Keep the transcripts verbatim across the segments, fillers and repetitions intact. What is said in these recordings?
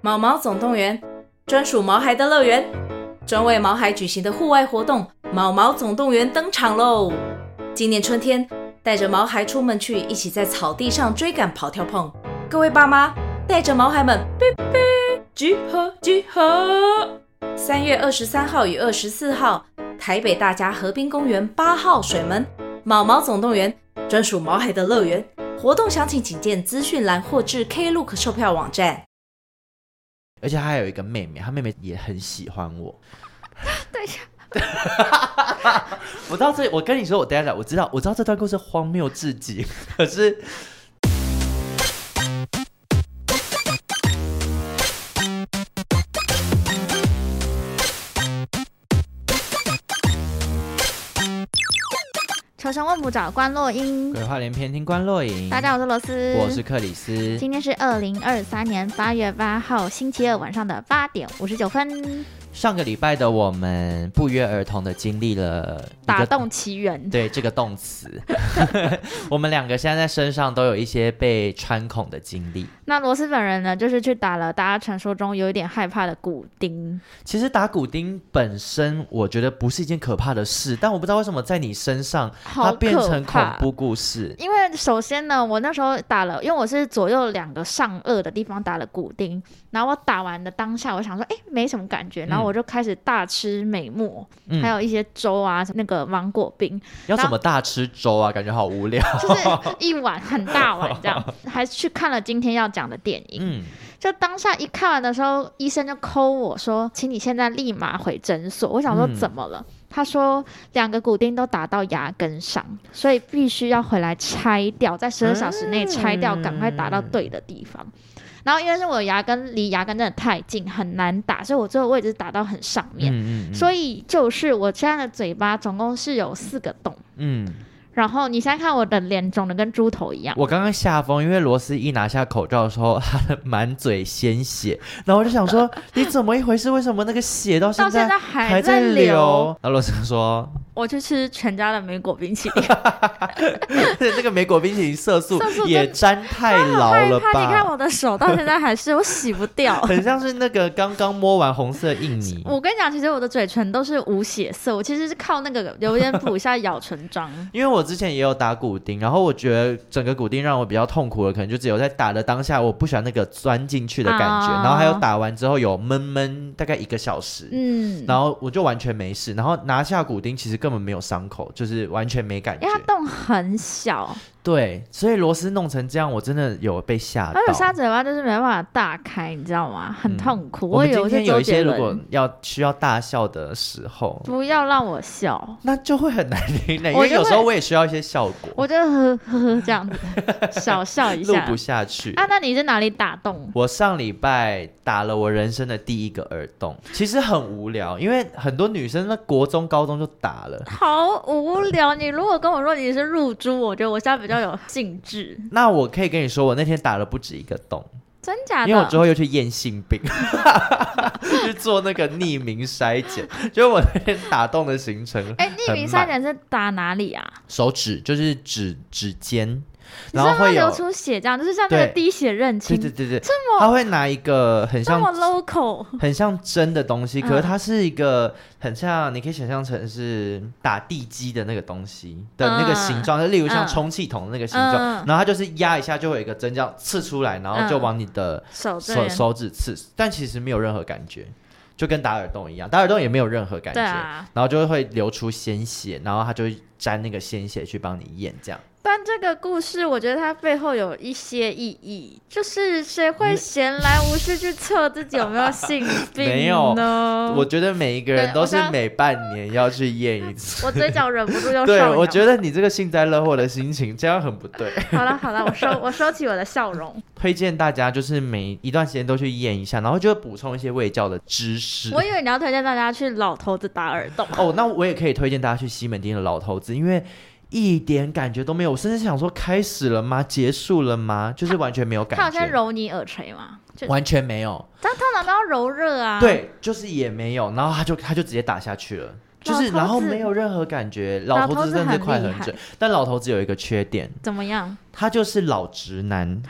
毛毛总动员，专属毛孩的乐园，专为毛孩举行的户外活动毛毛总动员登场喽！今年春天，带着毛孩出门去，一起在草地上追赶跑跳碰。各位爸妈，带着毛孩们，哔哔，集合集合！三月二十三号与二十四号，台北大家河滨公园八号水门毛毛总动员，专属毛孩的乐园。活动详情请见资讯栏或至 Klook 售票网站。 而且他还有一个妹妹，他妹妹也很喜欢我。 等一下， 我到这，我跟你说，我等一下，我知道，我知道这段故事荒谬至极，可是。 求神问卜找关洛英， 鬼话连篇听关洛影。 大家好，我是罗斯， 我是克里斯。 今天是二零二三年八月八号星期二晚上的八点五十九分。 上个礼拜的我们不约而同的经历了打动奇缘， 对这个动词我们两个现在在身上都有一些被穿孔的经历。 那罗斯本人呢，就是去打了大家传说中有一点害怕的骨钉。 其实打骨钉本身我觉得不是一件可怕的事，但我不知道为什么在你身上它变成恐怖故事。 因为首先呢，我那时候打了，因为我是左右两个上颚的地方打了骨钉，然后我打完的当下我想说哎，没什么感觉，然后我就开始大吃美墨、嗯、还有一些粥啊，那个芒果冰。 要怎么大吃粥啊？感觉好无聊。 就是一碗很大碗这样还去看了今天要讲的电影、嗯、就当下一看完的时候，医生就 call 我说请你现在立马回诊所。我想说怎么了、嗯、他说两个骨钉都打到牙根上，所以必须要回来拆掉，在十二小时内拆掉，赶、嗯、快打到对的地方。然后因为是我牙根离牙根真的太近，很难打，所以我这个位置打到很上面、嗯嗯嗯、所以就是我现在的嘴巴总共是有四个洞。嗯，然后你现在看我的脸肿得跟猪头一样。 我刚刚吓疯，因为罗斯一拿下口罩的时候，他的满嘴鲜血，然后我就想说你怎么一回事？为什么那个血到现在到现在还在流？ 然后罗斯说我去吃全家的莓果冰淇淋那个莓果冰淇淋色素也沾太牢了吧？ 你看我的手到现在还是我洗不掉很像是那个刚刚摸完红色印泥。 我跟你讲，其实我的嘴唇都是无血色，我其实是靠那个留言补一下咬唇妆因为我之前也有打骨钉，然后我觉得整个骨钉让我比较痛苦的可能就只有在打的当下我不喜欢那个钻进去的感觉、啊、然后还有打完之后有闷闷大概一个小时，嗯，然后我就完全没事，然后拿下骨钉其实根本没有伤口，就是完全没感觉， 因为它洞很小。 对，所以螺丝弄成这样我真的有被吓到。 而且下嘴巴就是没办法大开，你知道吗？很痛苦、嗯、 我们今天有一些如果要需要大笑的时候， 不要让我笑， 那就会很难听的，因为有时候我也需要一些效果， 我就呵呵呵这样子小笑一下录不下去啊。那你是哪里打洞？ 我上礼拜打了我人生的第一个耳洞，其实很无聊，因为很多女生那国中高中就打了， 好无聊。你如果跟我说你是入珠，我觉得我现在比较有兴致。 那我可以跟你说我那天打了不止一个洞。 真假的？ 因为我之后又去验性病去做那个匿名筛检就我那天打洞的行程哎， 匿名筛检是打哪里啊？ 手指，就是指指尖， 然后会流出血，这样就是像那个滴血认亲。 对对对对，这么他会拿一个很像这么 local 很像针的东西，可是它是一个很像、嗯、你可以想象成是打地基的那个东西的那个形状、嗯、例如像充气筒的那个形状、嗯、然后它就是压一下就会有一个针这样刺出来，然后就往你的手、嗯、手指刺，但其实没有任何感觉，就跟打耳洞一样，打耳洞也没有任何感觉、啊、然后就会流出鲜血，然后它就会沾那个鲜血去帮你验这样。 但这个故事我觉得它背后有一些意义，就是谁会闲来无事去测自己有没有性病呢？没有， 我觉得每一个人都是每半年要去验一次我嘴角忍不住就对，我觉得你这个幸灾乐祸的心情这样很不对好了好了，我收我收起我的笑容推荐大家就是每一段时间都去验一下，然后就会补充一些卫教的知识。 我以为你要推荐大家去老头子打耳洞哦，那我也可以推荐大家去西门町的老头子，因为一点感觉都没有，我甚至想说开始了吗？结束了吗？就是完全没有感觉。 他好像揉你耳垂吗？ 完全没有。 但通常都要揉热啊。 对，就是也没有，然后他就他就直接打下去了，就是然后没有任何感觉。老头子真的快很准，但老头子有一个缺点。 怎么样？ 他就是老直男。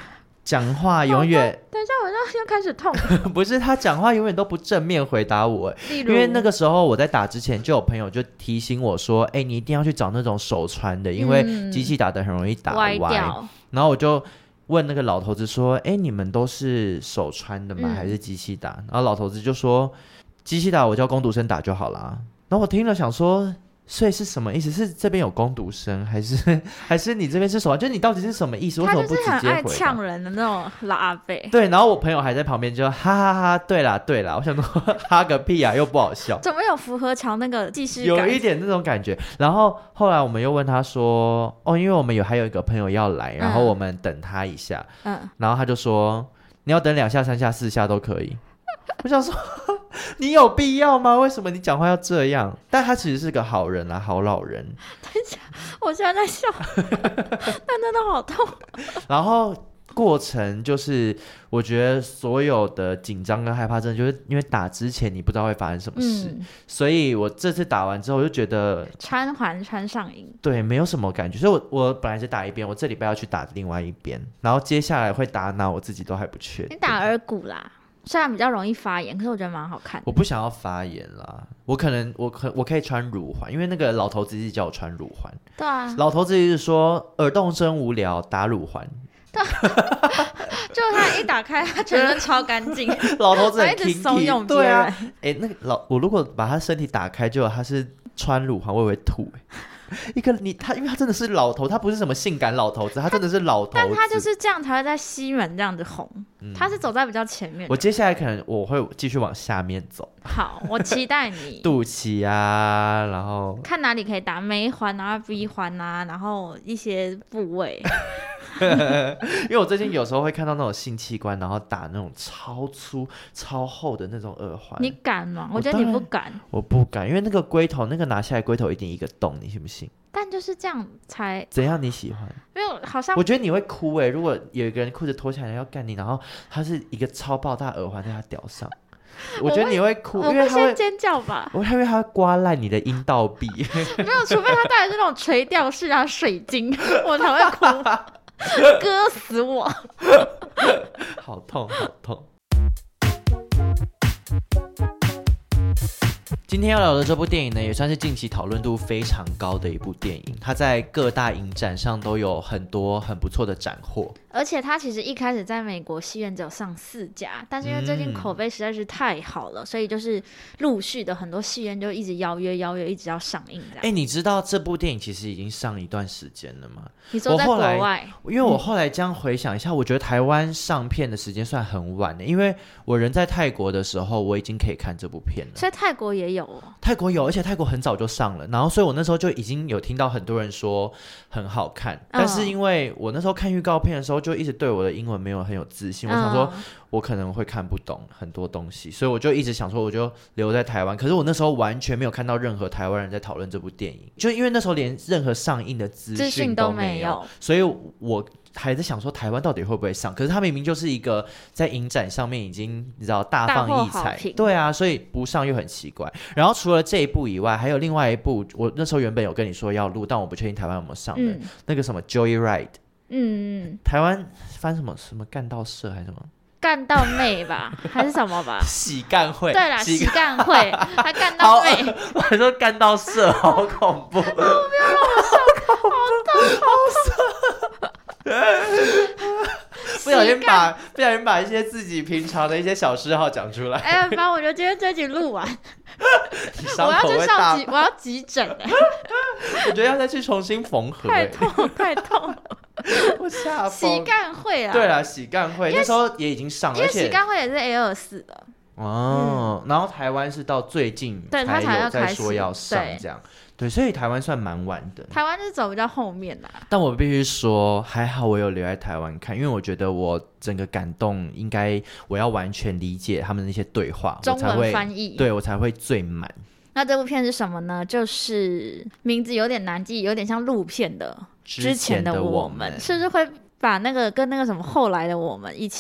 讲话永远等一下我要又开始痛不是，他讲话永远都不正面回答我，因为那个时候我在打之前就有朋友就提醒我说，哎、欸，你一定要去找那种手穿的，因为机器打的很容易打歪、嗯、然后我就问那个老头子说，哎、欸，你们都是手穿的吗、嗯、还是机器打？然后老头子就说，机器打我叫工读生打就好啦。然后我听了想说，所以是什么意思？是这边有工读生，还是还是你这边是什么？就是你到底是什么意思？为什么不直接回答？ 他就是很爱呛人的那种老阿伯。 对，然后我朋友还在旁边就哈哈哈，对啦对啦，我想说哈个屁啊，又不好笑。 怎么有福和桥那个既视感？ 有一点那种感觉。然后后来我们又问他说，哦，因为我们有还有一个朋友要来，然后我们等他一下，嗯，然后他就说你要等两下、三下、四下都可以。我想说。你有必要吗？为什么你讲话要这样？但他其实是个好人啊，好老人。 等一下，我现在在笑，但真的好痛。 然后过程就是，我觉得所有的紧张跟害怕，真的就是因为打之前你不知道会发生什么事，嗯、所以我这次打完之后，我就觉得穿环穿上瘾， 对，没有什么感觉。所以我我本来是打一边，我这礼拜要去打另外一边，然后接下来会打哪，我自己都还不确定。 你打耳骨啦。虽然比较容易发炎，可是我觉得蛮好看的。 我不想要发炎啦，我可能我可我可以穿乳环，因为那个老头子一直叫我穿乳环。 对啊， 老头子一直说耳洞真无聊，打乳环。 对，就他一打开，他全身超干净。 老头子很 kinky， 一直怂恿别人。 对啊，哎、欸，那个老我如果把他身体打开，结果他是穿乳环，我也会吐、欸。一个你他，因为他真的是老头，他不是什么性感老头子，他真的是老头子。 但他就是这样才会在西门这样子红、嗯，他是走在比较前面的。 我接下来可能我会继续往下面走。 好，我期待你。 肚脐啊，然后看哪里可以打眉环啊、V 环啊，然后一些部位。 因为我最近有时候会看到那种性器官，然后打那种超粗超厚的那种耳环。 你敢吗？我觉得你不敢。 我不敢，因为那个龟头，那个拿下来龟头一定一个洞，你信不信？ 但就是这样才怎样？你喜欢？ 没有，好像我觉得你会哭哎、欸。如果有一个人裤子脱下来要干你，然后他是一个超爆大耳环在他屌上，我觉得你会哭， 我会因为他会先尖叫吧。 我因为他会刮烂你的阴道壁。 没有，除非他戴的是那种垂吊式啊水晶，我才会哭，割死我。 好痛，好痛。今天要聊的这部电影呢，也算是近期讨论度非常高的一部电影，它在各大影展上都有很多很不错的斩获。 而且它其实一开始在美国戏院只有上四家，但是因为最近口碑实在是太好了、嗯、所以就是陆续的很多戏院就一直邀约邀约一直要上映这样。 哎，你知道这部电影其实已经上一段时间了吗？ 你说在国外？ 因为我后来这样回想一下、嗯、我觉得台湾上片的时间算很晚的，因为我人在泰国的时候我已经可以看这部片了。 所以泰国也有哦？ 泰国有，而且泰国很早就上了，然后所以我那时候就已经有听到很多人说很好看、嗯、但是因为我那时候看预告片的时候就一直对我的英文没有很有自信、嗯、我想说我可能会看不懂很多东西，所以我就一直想说我就留在台湾。可是我那时候完全没有看到任何台湾人在讨论这部电影，就因为那时候连任何上映的资讯都没有，所以我还在想说台湾到底会不会上。可是它明明就是一个在影展上面已经你知道大放异彩，对啊，所以不上又很奇怪。然后除了这一部以外还有另外一部，我那时候原本有跟你说要录，但我不确定台湾有没有上的、嗯、那个什么 Joyride。 嗯，台湾翻什么什么干道社还是什么干到妹吧，还是什么吧？ 喜干会， 对啦，喜干会，他干到妹。 我还说干到社，好恐怖！不要让我笑，好痛，好痛！不小心把不小心把一些自己平常的一些小嗜好讲出来。 哎呀，反正我觉得今天这集录完，我要去上急，我要急诊哎、欸！ 我觉得要再去重新缝合、 欸，太痛，太痛了。 我吓疯！ 喜干会啊， 对啦，喜干会那时候也已经上了， 因为喜干会也是 A 二十四的哦、嗯。然后台湾是到最近才有在说要上这样， 对, 对，所以台湾算蛮晚的。 台湾是走比较后面啦。 但我必须说，还好我有留在台湾看，因为我觉得我整个感动，应该我要完全理解他们那些对话， 中文翻译， 对我才会最满。 那这部片是什么呢？就是名字有点难记，有点像录片的之前的我们，是不是会把那个跟那个什么后来的我们一起？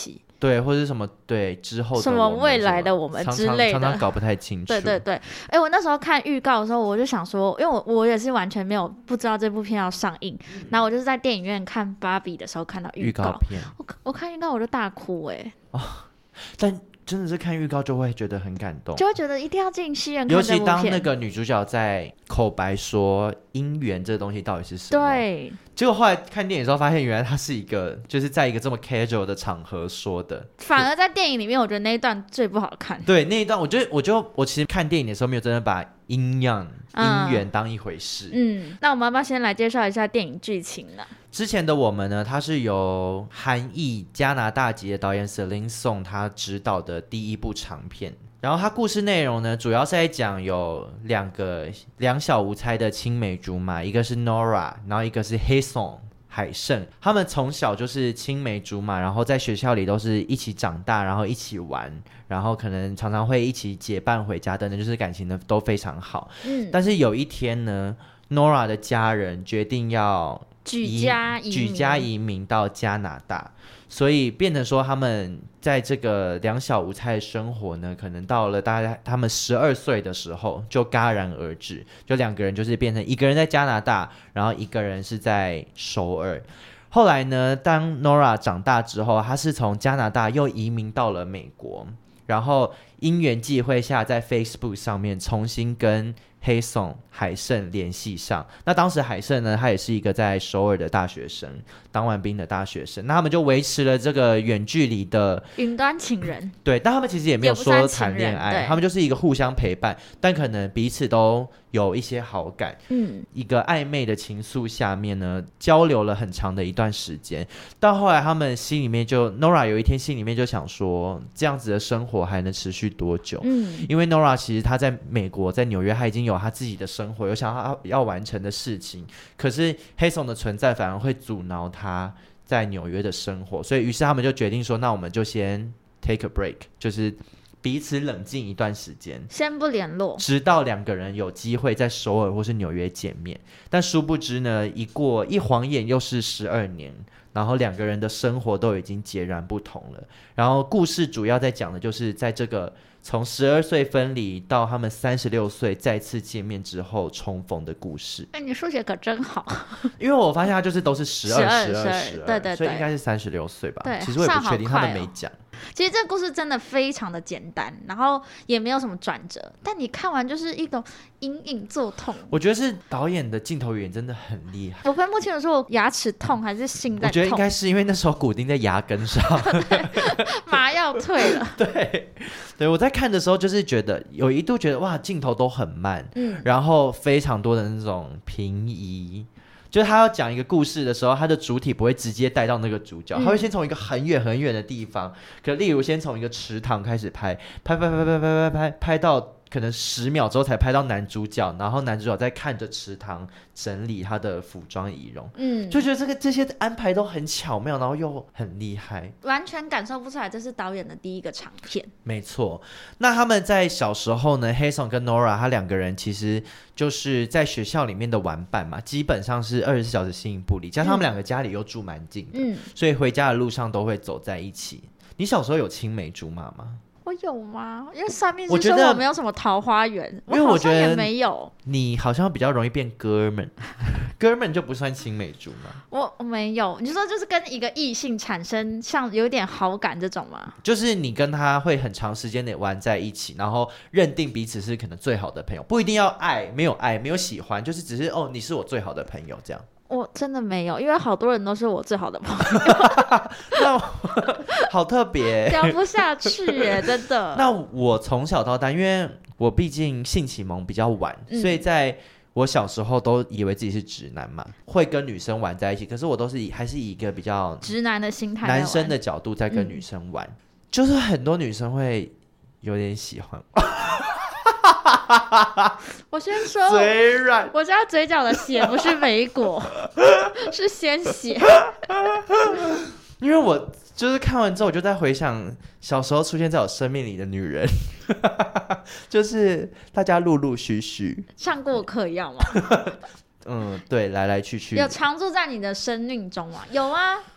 对，或者是什么对之后的什么未来的我们之类的， 常常常常搞不太清楚。 对对对，哎，我那时候看预告的时候，我就想说，因为我我也是完全没有不知道这部片要上映，嗯、然后我就是在电影院看芭比的时候看到预告， 预告片， 我我看预告我就大哭哎、欸。 哦，但真的是看预告就会觉得很感动， 就会觉得一定要进戏院看这部片。 尤其当那个女主角在口白说姻缘这个东西到底是什么， 对， 结果后来看电影的时候发现，原来它是一个就是在一个这么 casual 的场合说的。 反而在电影里面，我觉得那一段最不好看。 对，那一段我觉得，我就我其实看电影的时候没有真的把阴阳姻缘当一回事。 嗯，那我们要不要先来介绍一下电影剧情呢？ 之前的我们呢，它是由韩裔加拿大籍的导演 Celine Song 他执导的第一部长片。然后它故事内容呢，主要是在讲有两个两小无猜的青梅竹马，一个是 Nora， 然后一个是 Haesung 海胜。他们从小就是青梅竹马，然后在学校里都是一起长大，然后一起玩，然后可能常常会一起结伴回家等等，就是感情的都非常好。嗯，但是有一天呢 ，Nora 的家人决定要举家移民举家移民到加拿大，所以变成说他们在这个两小无猜的生活呢，可能到了大概他们十二岁的时候就戛然而止，就两个人就是变成一个人在加拿大，然后一个人是在首尔。后来呢，当 Nora 长大之后，她是从加拿大又移民到了美国，然后因缘际会下在 Facebook 上面重新跟黑松海胜联系上。那当时海胜呢，他也是一个在首尔的大学生，当完兵的大学生。那他们就维持了这个远距离的云端情人。 对，但他们其实也没有说谈恋爱，他们就是一个互相陪伴，但可能彼此都有一些好感。嗯，一个暧昧的情愫下面呢，交流了很长的一段时间。到后来他们心里面就 Nora 有一天心里面就想说，这样子的生活还能持续多久？嗯，因为 Nora 其实她在美国，在纽约，她已经有她自己的生活，有想要要完成的事情。可是黑松的存在反而会阻挠她在纽约的生活，所以于是他们就决定说，那我们就先 take a break， 就是彼此冷静一段时间， 先不联络， 直到两个人有机会在首尔或是纽约见面。但殊不知呢，一过一晃眼又是十二年，然后两个人的生活都已经截然不同了。然后故事主要在讲的就是在这个从十二岁分离到他们三十六岁再次见面之后重逢的故事。 哎，你数学可真好。 因为我发现他就是都是十二、十二、十二， 对对对， 所以应该是三十六岁吧。 对， 其实我也不确定，他们没讲。 其实这个故事真的非常的简单，然后也没有什么转折，但你看完就是一种隐隐作痛。 我觉得是导演的镜头语言真的很厉害。 我分不清楚是我牙齿痛还是心在痛。 我觉得应该是因为那时候骨钉在牙根上， 麻药退了。 对，对，我在看的时候就是觉得有一度觉得哇，镜头都很慢，嗯，然后非常多的那种平移。就是他要讲一个故事的时候，他的主体不会直接带到那个主角，嗯、他会先从一个很远很远的地方，可例如先从一个池塘开始拍，拍拍拍拍拍拍拍拍到可能十秒之后才拍到男主角，然后男主角在看着池塘整理他的服装仪容，嗯，就觉得这个这些安排都很巧妙，然后又很厉害， 完全感受不出来这是导演的第一个长片。 没错，那他们在小时候呢，黑松跟 Nora 他两个人其实就是在学校里面的玩伴嘛，基本上是二十四小时形影不离，加上他们两个家里又住蛮近的，嗯，所以回家的路上都会走在一起。你小时候有青梅竹马吗？ 我有吗？因为算命师说我没有什么桃花源， 因为我觉得也没有。 你好像比较容易变哥们，哥们就不算青梅竹马。 我我没有，你说就是跟一个异性产生像有点好感这种吗？ 就是你跟他会很长时间内玩在一起，然后认定彼此是可能最好的朋友，不一定要爱，没有爱，没有喜欢，就是只是哦，你是我最好的朋友这样。 我真的没有，因为好多人都是我最好的朋友。 那好特别， 聊不下去耶，真的。 那我从小到大，因为我毕竟性启蒙比较晚，嗯、所以在我小时候都以为自己是直男嘛，会跟女生玩在一起。可是我都是以还是以一个比较直男的心态， 男生的角度在跟女生玩，嗯、就是很多女生会有点喜欢我。 我先说， 嘴软， 我家嘴角的血不是莓果，是鲜血。 因为我就是看完之后，我就在回想小时候出现在我生命里的女人，就是大家陆陆续续上过课一样吗？ 嗯，对，来来去去， 有常驻在你的生命中吗？有啊。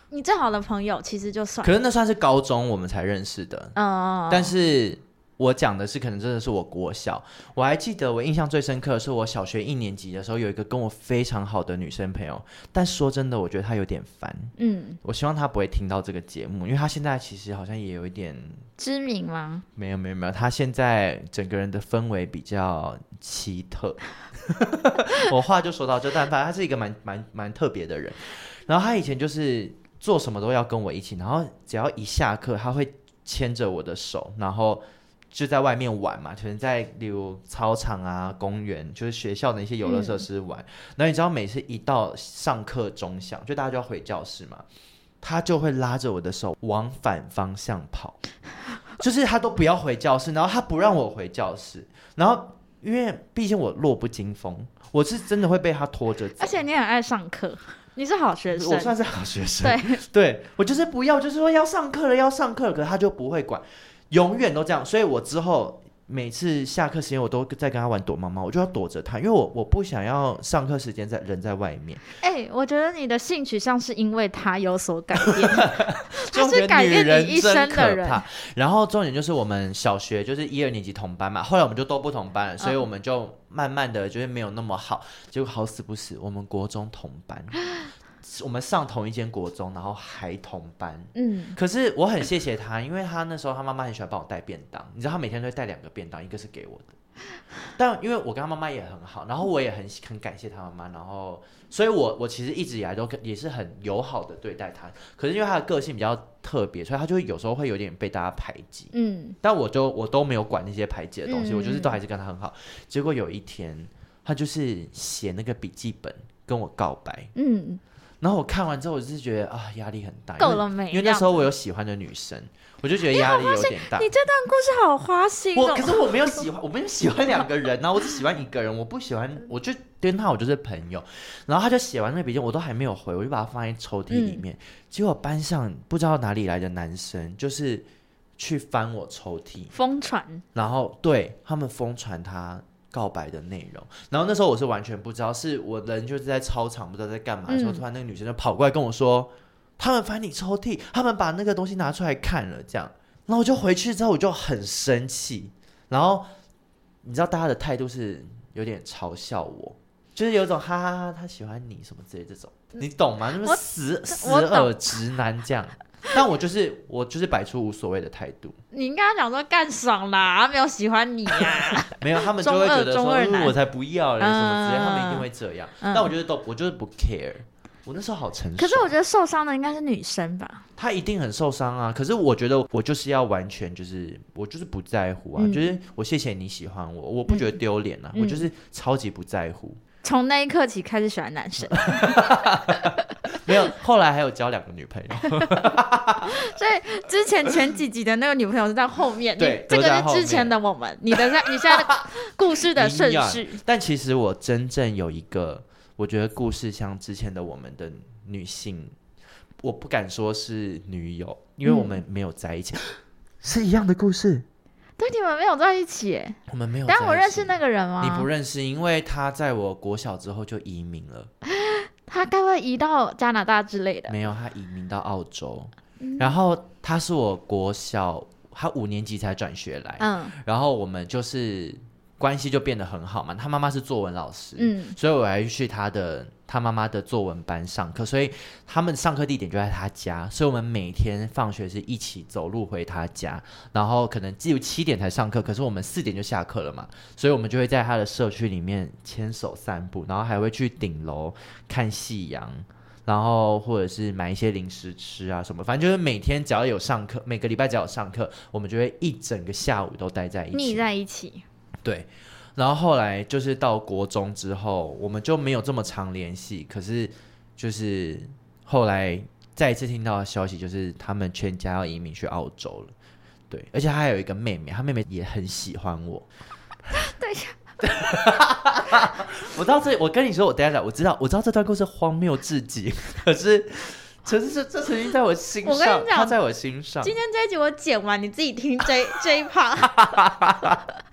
你最好的朋友其实就算， 可是那算是高中我们才认识的， 嗯， 但是我讲的是可能真的是我国小，我还记得我印象最深刻的是我小学一年级的时候有一个跟我非常好的女生朋友，但说真的我觉得她有点烦，嗯，我希望她不会听到这个节目，因为她现在其实好像也有一点知名吗？没有没有没有，她现在整个人的氛围比较奇特我话就说到这，但反正她是一个蛮蛮蛮特别的人，然后她以前就是做什么都要跟我一起，然后只要一下课她会牵着我的手，然后就在外面玩嘛，可能在例如操场啊、公园，就是学校的一些游乐设施玩。然后你知道，每次一到上课钟响，就大家就要回教室嘛，他就会拉着我的手往反方向跑，就是他都不要回教室，然后他不让我回教室，然后因为毕竟我弱不禁风，我是真的会被他拖着走， 而且你很爱上课。你是好学生， 我算是好学生。 对， 对我就是不要，就是说要上课了，要上课了，可是他就不会管。永远都这样，所以我之后每次下课时间我都在跟他玩躲猫猫，我就要躲着他，因为我我不想要上课时间在人在外面。 哎、欸，我觉得你的性取向是因为他有所改变，他是改变你一生的人。 然后重点就是我们小学就是一二年级同班嘛，后来我们就都不同班了，所以我们就慢慢的就是没有那么好，结果好死不死我们国中同班。我们上同一间国中，然后还同班。嗯，可是我很谢谢他，因为他那时候他妈妈很喜欢帮我带便当，你知道他每天都会带两个便当，一个是给我的。但因为我跟他妈妈也很好，然后我也很很感谢他妈妈，然后所以我我其实一直以来都也是很友好的对待他。可是因为他的个性比较特别，所以他就会有时候会有点被大家排挤。嗯，但我就我都没有管那些排挤的东西，嗯、我就是都还是跟他很好。结果有一天，他就是写那个笔记本跟我告白。嗯。然后我看完之后，我就是觉得啊，压力很大。 够了没？ 因为那时候我有喜欢的女生，我就觉得压力有点大。 你这段故事好花心哦。 我可是我没有喜欢，我没有喜欢两个人啊，我只喜欢一个人。我不喜欢，我就跟他我就是朋友。然后他就写完那个笔记，我都还没有回，我就把它放在抽屉里面。嗯、结果班上不知道哪里来的男生，就是去翻我抽屉， 疯传。 然后对他们疯传他告白的内容，然后那时候我是完全不知道，是我人就是在操场不知道在干嘛的时候，嗯、突然那个女生就跑过来跟我说，他们翻你抽屉，他们把那个东西拿出来看了，这样，然后我就回去之后我就很生气，然后你知道大家的态度是有点嘲笑我，就是有一种哈哈哈他喜欢你什么之类这种，你懂吗？就是死死耳直男这样。但我就是我就是摆出无所谓的态度。 你应该讲说干爽啦，他没有喜欢你啊。 没有，他们就会觉得说，嗯、我才不要嘞，什么之类，他们一定会这样。嗯、但我觉得都，我就是不 care。我那时候好成熟。 可是我觉得受伤的应该是女生吧？ 她一定很受伤啊。可是我觉得我就是要完全就是我就是不在乎啊，嗯、就是我谢谢你喜欢我，我不觉得丢脸啊，嗯、我就是超级不在乎。 从那一刻起开始喜欢男生。 没有，后来还有交两个女朋友。 所以之前前几集的那个女朋友是在后面， 对， 这个是之前的我们，你的你现在的故事的顺序。 但其实我真正有一个，我觉得故事像之前的我们的女性，我不敢说是女友，因为我们没有在一起，嗯、是一样的故事。 对，你们没有在一起耶。 我们没有在一起。 但我认识那个人吗？ 你不认识，因为他在我国小之后就移民了。 他该不会移到加拿大之类的？ 没有，他移民到澳洲。嗯、然后他是我国小，他五年级才转学来。嗯。然后我们就是关系就变得很好嘛。他妈妈是作文老师，嗯，所以我还去他的他妈妈的作文班上课，所以他们上课地点就在他家，所以我们每天放学是一起走路回他家，然后可能只有七点才上课，可是我们四点就下课了嘛，所以我们就会在他的社区里面牵手散步，然后还会去顶楼看夕阳，然后或者是买一些零食吃啊什么，反正就是每天只要有上课，每个礼拜只要有上课，我们就会一整个下午都待在一起， 腻在一起。 对。然后后来就是到国中之后，我们就没有这么常联系。可是就是后来再一次听到的消息，就是他们全家要移民去澳洲了。对，而且他还有一个妹妹，他妹妹也很喜欢我。 等一下， 我到这里，我跟你说，我等一下，我知道，我知道这段故事荒谬至极，可是。可是这这曾经在我心上，我跟你讲，他在我心上。 今天这一集我剪完，你自己听这这一 part。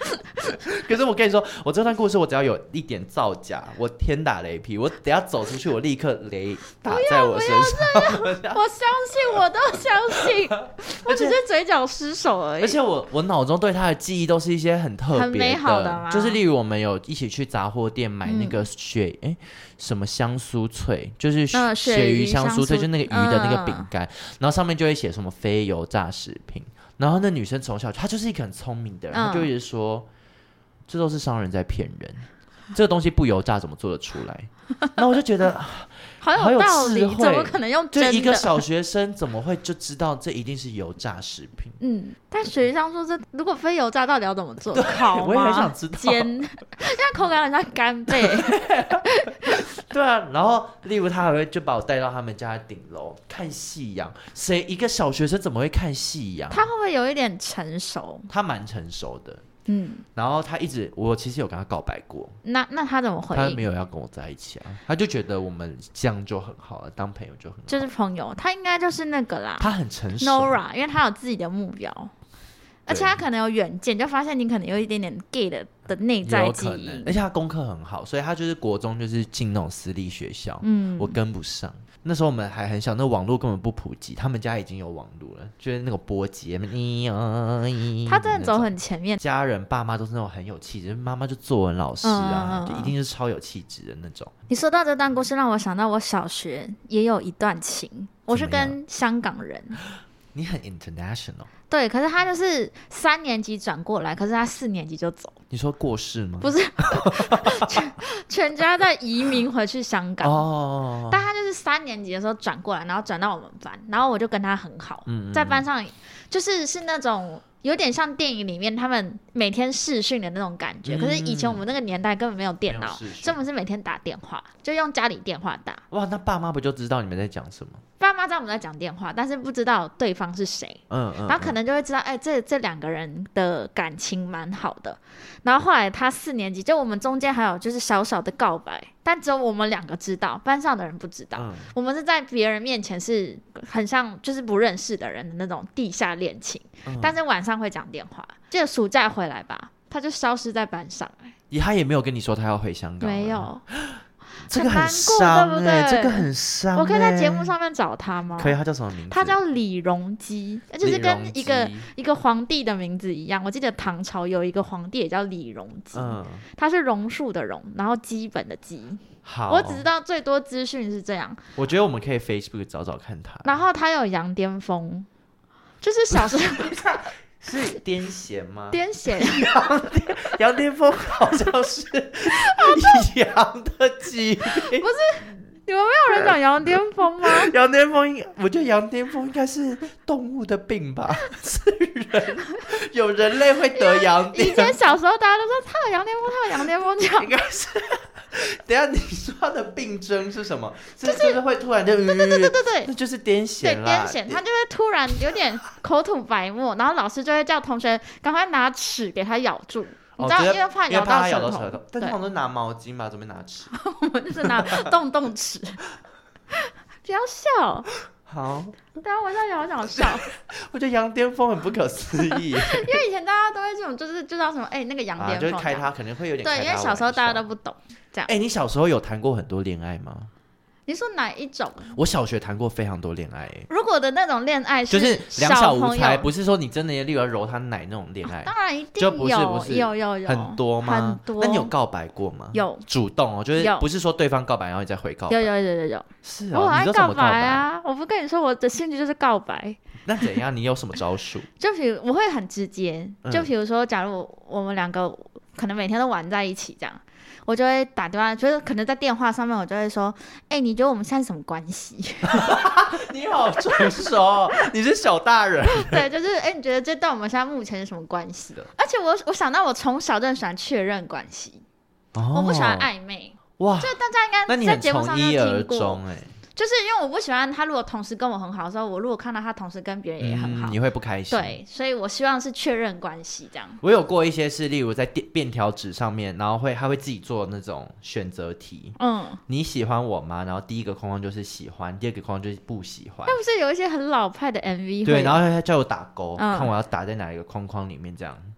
可是我跟你说，我这段故事我只要有一点造假，我天打雷劈，我等下走出去，我立刻雷打在我身上。 我相信，我都相信，我只是嘴角失手而已。 而且我我脑中对他的记忆都是一些很特别的， 很美好的吗？ 就是例如我们有一起去杂货店买那个雪哎、嗯、什么香酥脆，就是鳕鱼香酥脆，就那个鱼的那个饼干、嗯，然后上面就会写什么非油炸食品。然后那女生从小她就是一个很聪明的人，她、嗯、就一直说这都是商人在骗人，这个东西不油炸怎么做得出来？然后我就觉得好有道理，怎么可能用真的？ 就一个小学生怎么会就知道这一定是油炸食品？ 嗯，但鳕鱼香酥这如果非油炸到底要怎么做？烤吗？ 我也很想知道。 煎，现在口感很像干贝。 对啊，然后例如他还会就把我带到他们家的顶楼看夕阳。谁一个小学生怎么会看夕阳？ 他会不会有一点成熟？ 他蛮成熟的。 嗯， 然后他一直，我其实有跟他告白过， 那那他怎么回应？ 他没有要跟我在一起啊，他就觉得我们这样就很好了，当朋友就很好， 就是朋友。他应该就是那个啦， 他很成熟 Nora， 因为他有自己的目标，而且他可能有远见，就发现你可能有一点点 gay 的的内在基因， 而且他功课很好，所以他就是国中就是进那种私立学校，嗯，我跟不上。那时候我们还很小，那网络根本不普及，他们家已经有网络了，就是那个波及， 他真的走很前面。 家人爸妈都是那种很有气质，妈妈就作文老师啊，嗯、就一定是超有气质的那种。 你说到这段故事，让我想到我小学也有一段情，我是跟香港人。 你很 international。 对，可是他就是三年级转过来，可是他四年级就走。 你说过世吗？ 不是，全全家在移民回去香港。哦，但他就是三年级的时候转过来，然后转到我们班，然后我就跟他很好，嗯嗯嗯，在班上就是是那种有点像电影里面他们每天视讯的那种感觉。嗯、可是以前我们那个年代根本没有电脑，所以我们是每天打电话，就用家里电话打。 哇，那爸妈不就知道你们在讲什么？ 爸妈知道我们在讲电话，但是不知道对方是谁。嗯嗯，然后可能就会知道，哎、欸，这这两个人的感情蛮好的。然后后来他四年级，就我们中间还有就是小小的告白，但只有我们两个知道，班上的人不知道。嗯、我们是在别人面前是很像就是不认识的人的那种地下恋情，嗯、但是晚上会讲电话。记得暑假回来吧，他就消失在班上、欸。 也他也没有跟你说他要回香港。 没有。 这个很伤、欸、 对不对？ 这个很伤、欸。 我可以在节目上面找他吗？ 可以，他叫什么名字？ 他叫李隆基，就是跟一个一个皇帝的名字一样。我记得唐朝有一个皇帝也叫李隆基，嗯、他是榕树的榕，然后基本的基。好，我只知道最多资讯是这样。 我觉得我们可以 Facebook 找找看他。 然后他有羊癫疯，就是小时候。 是癫痫吗？ 癫痫， 羊癫疯好像是羊的疾病， 不是？你们没有人讲羊癫疯吗？ 羊癫疯，我觉得羊癫疯应该是动物的病吧？是人有人类会得羊癫？ 以前小时候大家都说他有羊癫疯，他有羊癫疯这样， 应该是。等一下，你说他的病症是什么？就是、就是会突然就， 对对对对对对， 那就是癫痫啦。 对，癫痫，他就会突然有点口吐白沫，然后老师就会叫同学赶快拿齿给他咬住，哦、你知道，因为怕咬到舌头。 舌头但是我们都拿毛巾吧，准备拿齿。 我们就是拿动动齿，不要笑。 好， 等下我在好想笑。 我觉得羊癫疯很不可思议，因为以前大家都会这种，就是就叫什么，哎、欸，那个羊癫疯、啊， 就是开他可能会有点对，因为小时候大家都不懂这样。 哎、欸，你小时候有谈过很多恋爱吗？ 你说哪一种？ 我小学谈过非常多恋爱、欸。 如果的那种恋爱是就是两小无猜，不是说你真的例如要揉他奶那种恋爱、啊， 当然一定有，就不是不是有有有很多吗？ 很多。 那你有告白过吗？ 有， 主动哦，就是不是说对方告白然后你再回告白？ 有有有有有。 是啊、哦， 我很爱告白啊！我不跟你说我的兴趣就是告白。 那怎样？你有什么招数？ 就比如我会很直接，就比如说，假如我们两个可能每天都玩在一起这样。我就会打电话，就是可能在电话上面，我就会说：“哎、欸，你觉得我们现在是什么关系？” 你好成熟，你是小大人。 对，就是哎、欸，你觉得这对我们现在目前是什么关系？而且我我想到我从小就很喜欢确认关系、哦，我不喜欢暧昧。哇，就大家应该在节目上面听过。就是因为我不喜欢他，如果同时跟我很好的时候，我如果看到他同时跟别人也很好、嗯， 你会不开心。 对，所以我希望是确认关系这样。 我有过一些是，例如在便条纸上面，然后会他会自己做那种选择题。嗯，你喜欢我吗？然后第一个框框就是喜欢，第二个框框就是不喜欢。 那不是有一些很老派的 M V？ 对，然后他叫我打勾、嗯，看我要打在哪一个框框里面这样。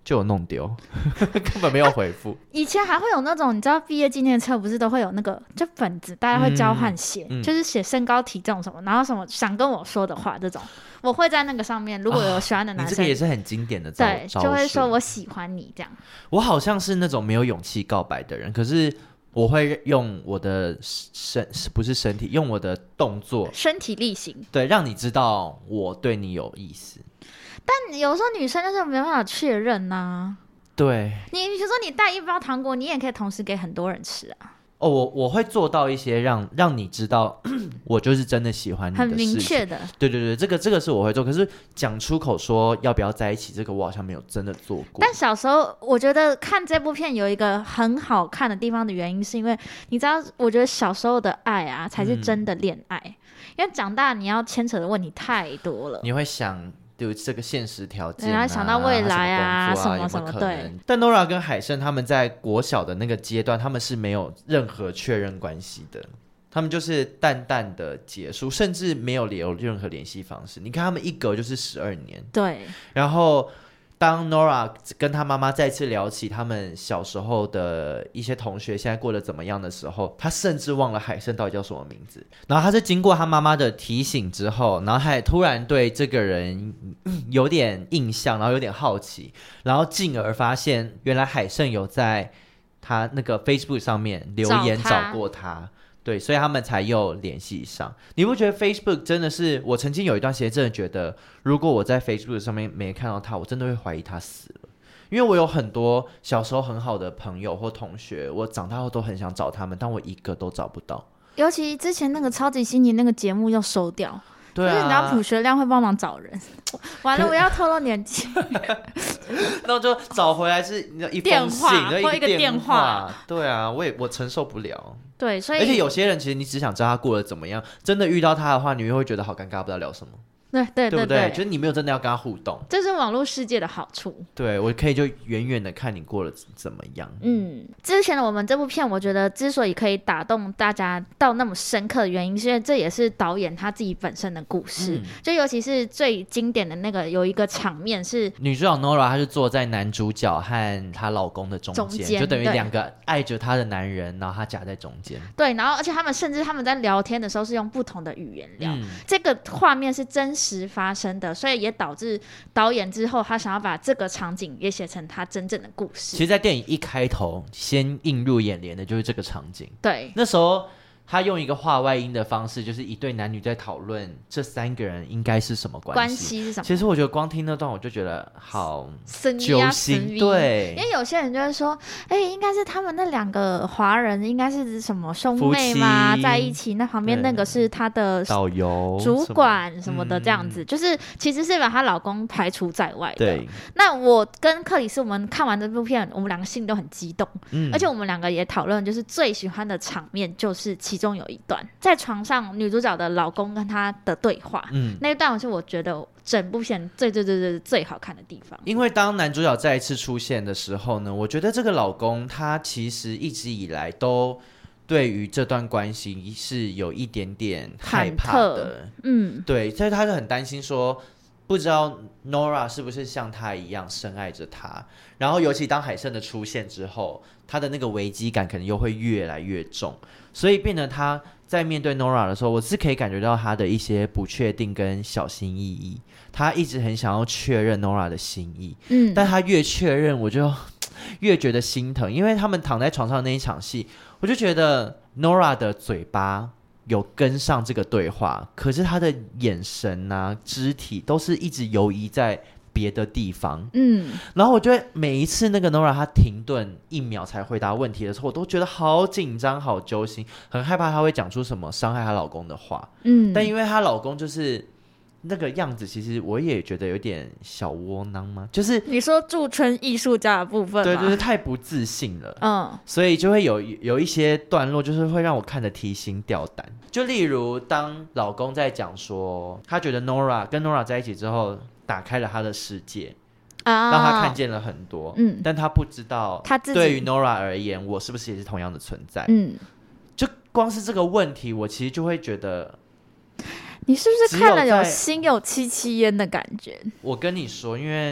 就有弄丢根本没有回复、啊、 以前还会有那种你知道毕业纪念册不是都会有那个就本子大家会交换写、嗯、就是写身高体重什么然后什么想跟我说的话这种我会在那个上面如果有喜欢的男生、啊、 你这个也是很经典的招对就会说我喜欢你这样。 我好像是那种没有勇气告白的人，可是我会用我的身不是身体用我的动作身体力行， 对，让你知道我对你有意思。 但有时候女生就是没办法确认啊。 对， 你比如说你带一包糖果你也可以同时给很多人吃啊。 哦，我我会做到一些让让你知道我就是真的喜欢你的事情，很明确的。对对对，这个这个是我会做，可是讲出口说要不要在一起，这个我好像没有真的做过。 但小时候我觉得看这部片有一个很好看的地方的原因是因为你知道我觉得小时候的爱啊才是真的恋爱、嗯、因为长大你要牵扯的问题太多了， 你会想对这个现实条件、啊， 然后想到未来啊，什么什么对。 但 Nora 跟海胜他们在国小的那个阶段，他们是没有任何确认关系的，他们就是淡淡的结束，甚至没有留任何联系方式。你看他们一隔就是十二年， 对。 然后当 Nora 跟他妈妈再次聊起他们小时候的一些同学现在过得怎么样的时候，他甚至忘了海胜到底叫什么名字。然后他是经过他妈妈的提醒之后，然后他也突然对这个人有点印象，然后有点好奇，然后进而发现原来海胜有在他那个 Facebook 上面留言找过他，对，所以他们才又联系上。你不觉得 Facebook 真的是，我曾经有一段时间真的觉得，如果我在 Facebook 上面没看到他，我真的会怀疑他死了。因为我有很多小时候很好的朋友或同学，我长大后都很想找他们，但我一个都找不到。 尤其之前那个超级星期那个节目又收掉， 对啊， 就是你知道朴学亮会帮忙找人，完了我要透露年纪， 那我就找回来是一封信或一个电话， 对啊，我也我承受不了。 对，所以而且有些人其实你只想知道他过得怎么样，真的遇到他的话，你会觉得好尴尬，不知道聊什么。 对对 对, 对不对， 就是你没有真的要跟他互动， 这是网络世界的好处。 对，我可以就远远的看你过得怎么样。 嗯，之前的我们这部片我觉得之所以可以打动大家到那么深刻的原因是因为这也是导演他自己本身的故事、嗯、就尤其是最经典的那个有一个场面是女主角 Nora 她是坐在男主角和她老公的中间，就等于两个爱着她的男人，然后她夹在中间。 对，然后而且他们甚至他们在聊天的时候是用不同的语言聊、嗯、这个画面是真实发生的，所以也导致导演之后他想要把这个场景也写成他真正的故事。 其实在电影一开头先映入眼帘的就是这个场景。 对， 那时候他用一个画外音的方式，就是一对男女在讨论这三个人应该是什么关系， 关系是什么。 其实我觉得光听那段我就觉得好揪心，对， 因为有些人就会说哎、欸，应该是他们那两个华人应该是什么兄妹嘛在一起，那旁边那个是他的导游主管什么的这样子、嗯、就是其实是把她老公排除在外的。对，那我跟克里斯我们看完这部片我们两个心里都很激动、嗯、而且我们两个也讨论就是最喜欢的场面就是其中有一段在床上女主角的老公跟她的对话、嗯、那一段是我觉得整部片最最最最最好看的地方。 因为当男主角再一次出现的时候呢，我觉得这个老公他其实一直以来都对于这段关系是有一点点害怕的，嗯，对，所以他就很担心说不知道 Nora 是不是像他一样深爱着他，然后尤其当海胜的出现之后，他的那个危机感可能又会越来越重，所以变得他在面对 Nora 的时候，我是可以感觉到他的一些不确定跟小心翼翼，他一直很想要确认 Nora 的心意，嗯，但他越确认我就越觉得心疼，因为他们躺在床上的那一场戏，我就觉得 Nora 的嘴巴有跟上这个对话，可是他的眼神啊肢体都是一直游移在别的地方，嗯，然后我觉得每一次那个 Nora 她停顿一秒才回答问题的时候，我都觉得好紧张好揪心，很害怕她会讲出什么伤害她老公的话，嗯，但因为她老公就是那个样子，其实我也觉得有点小窝囊嘛，就是你说驻村艺术家的部分吗？ 对，就是太不自信了，嗯，所以就会有有一些段落就是会让我看得提心吊胆，就例如当老公在讲说他觉得 Nora 跟 Nora 在一起之后打开了他的世界、啊、让他看见了很多、嗯、但他不知道他对于 Nora 而言我是不是也是同样的存在、嗯、就光是这个问题我其实就会觉得你是不是看了有心有戚戚焉的感觉。 我跟你说因为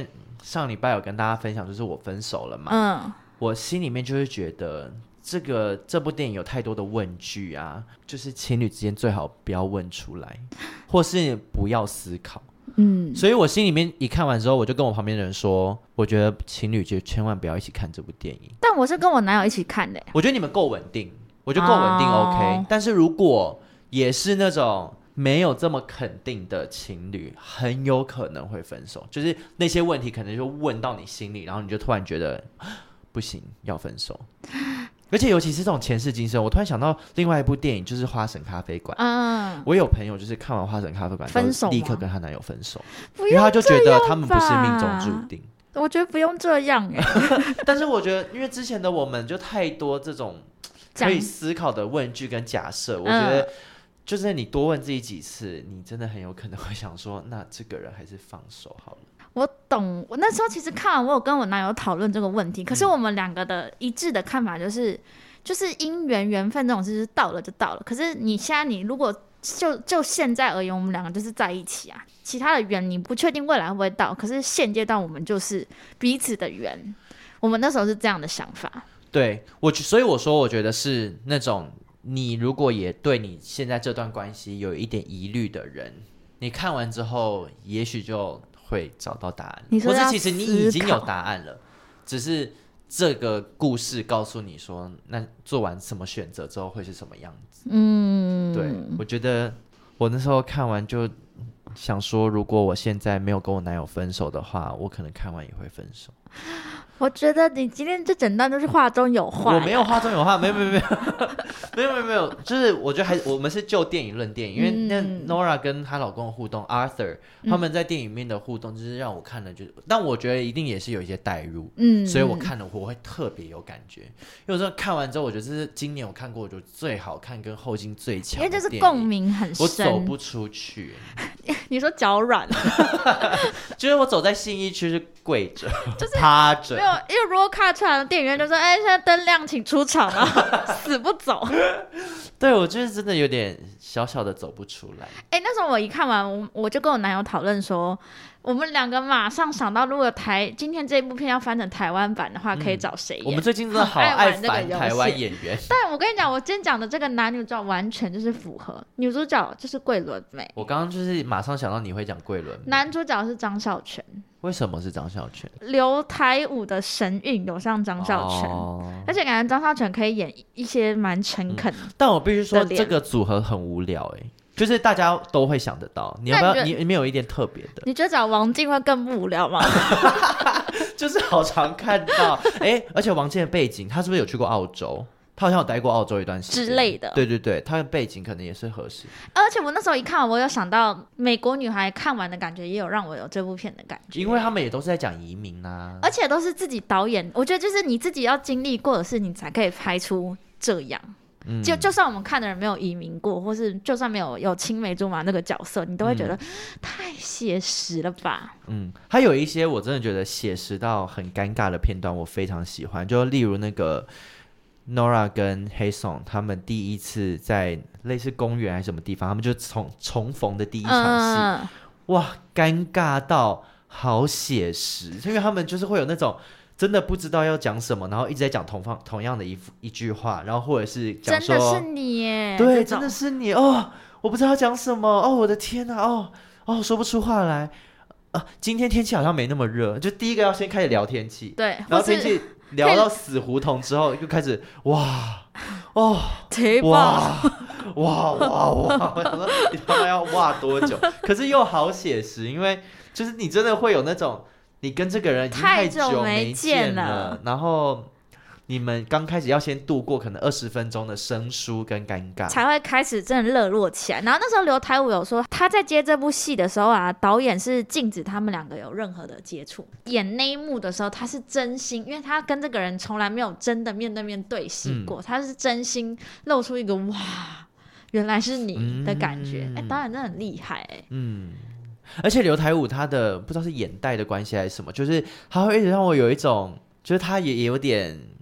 上礼拜有跟大家分享，就是我分手了嘛，嗯，我心里面就是觉得这个这部电影有太多的问句啊，就是情侣之间最好不要问出来，或是不要思考。嗯，所以我心里面一看完之后，我就跟我旁边的人说，我觉得情侣就千万不要一起看这部电影。 但我是跟我男友一起看的。 我觉得你们够稳定，我觉得够稳定 OK、哦、但是如果也是那种没有这么肯定的情侣，很有可能会分手，就是那些问题可能就问到你心里，然后你就突然觉得不行，要分手。而且尤其是这种前世今生，我突然想到另外一部电影，就是《花神咖啡馆》。嗯，我有朋友就是看完《花神咖啡馆》 分手， 立刻跟她男友分手，因为他就觉得他们不是命中注定。 我觉得不用这样哎、 欸。但是我觉得，因为之前的我们就太多这种可以思考的问句跟假设，我觉得就是你多问自己几次，你真的很有可能会想说，那这个人还是放手好了。 我懂，我那时候其实看完，我有跟我男友讨论这个问题，可是我们两个的一致的看法就是，嗯、就是姻缘缘分这种事，到了就到了。可是你现在你如果就就现在而言，我们两个就是在一起啊，其他的缘你不确定未来会不会到，可是现阶段我们就是彼此的缘，我们那时候是这样的想法。 对，我所以我说，我觉得是那种你如果也对你现在这段关系有一点疑虑的人，你看完之后，也许就会找到答案，或是其实你已经有答案了，只是这个故事告诉你说，那做完什么选择之后会是什么样子。嗯，对，我觉得我那时候看完就想说，如果我现在没有跟我男友分手的话，我可能看完也会分手。 我觉得你今天这整段都是话中有话。 我没有话中有话，没有没有没有没有没有没有，就是我觉得还我们是就电影论电影，因为那 Nora 跟她老公的互动、嗯、Arthur 他们在电影里面的互动，就是让我看了就，但我觉得一定也是有一些代入，嗯，所以我看了我会特别有感觉，因为我说看完之后，我觉得这是今年我看过我觉得最好看跟后劲最强的电影， 因为就是共鸣很深， 我走不出去。 你说脚软， 就是我走在信义区是跪着，就是趴着。 没有，因为如果看出来的电影院就说：“哎、欸，现在灯亮，请出场啊！”死不走。 对，我就是真的有点小小的走不出来。 哎、欸，那时候我一看完，我我就跟我男友讨论说，我们两个马上想到，如果台今天这部片要翻成台湾版的话，可以找谁演、嗯？ 我们最近真的好爱翻台湾演员。 但我跟你讲，我今天讲的这个男女主角完全就是符合，女主角就是桂纶镁。 我刚刚就是马上想到你会讲桂纶镁， 男主角是张孝全。 为什么是张孝全？ 留台舞的神韵有上张孝全、哦，而且感觉张孝全可以演一些蛮诚恳、嗯。 但我必须说，这个组合很无聊哎、欸，就是大家都会想得到。你要不要？你你没有一点特别的？ 你觉得找王静会更不无聊吗？ 就是好常看到哎、欸，而且王静的背景，他是不是有去过澳洲？他好像有待过澳洲一段时间之类的， 对对对，他的背景可能也是合适。 而且我那时候一看，我有想到《美国女孩》看完的感觉，也有让我有这部片的感觉。 因为他们也都是在讲移民啊， 而且都是自己导演，我觉得就是你自己要经历过的事，你才可以拍出这样。嗯、就就算我们看的人没有移民过，或是就算没有有青梅竹马那个角色，你都会觉得、嗯、太写实了吧？ 嗯，还有一些我真的觉得写实到很尴尬的片段，我非常喜欢，就例如那个。Nora 跟 Haesung 他们第一次在类似公园还是什么地方，他们就重重逢的第一场戏、嗯，哇，尴尬到好写实，因为他们就是会有那种真的不知道要讲什么，然后一直在讲同方同样的一一句话，然后或者是讲说真的是你耶， 对，真的是你哦，我不知道要讲什么哦，我的天哪，哦哦，说不出话来。啊，今天天气好像没那么热，就第一个要先开始聊天气， 对， 然后天气聊到死胡同之后，又开始哇哦， 哇哇哇哇！我想说你他妈要哇多久？可是又好写实，因为就是你真的会有那种你跟这个人已经太久没见了，了然后你们刚开始要先度过可能二十分钟的生疏跟尴尬， 才会开始真的热络起来。然后那时候刘台武有说，他在接这部戏的时候啊，导演是禁止他们两个有任何的接触。演那一幕的时候，他是真心，因为他跟这个人从来没有真的面对面对戏过，嗯、他是真心露出一个哇，原来是你的感觉。哎、嗯，导演真的很厉害哎、欸。 嗯。而且刘台武他的不知道是眼袋的关系还是什么，就是他会一直让我有一种，就是他也也有点。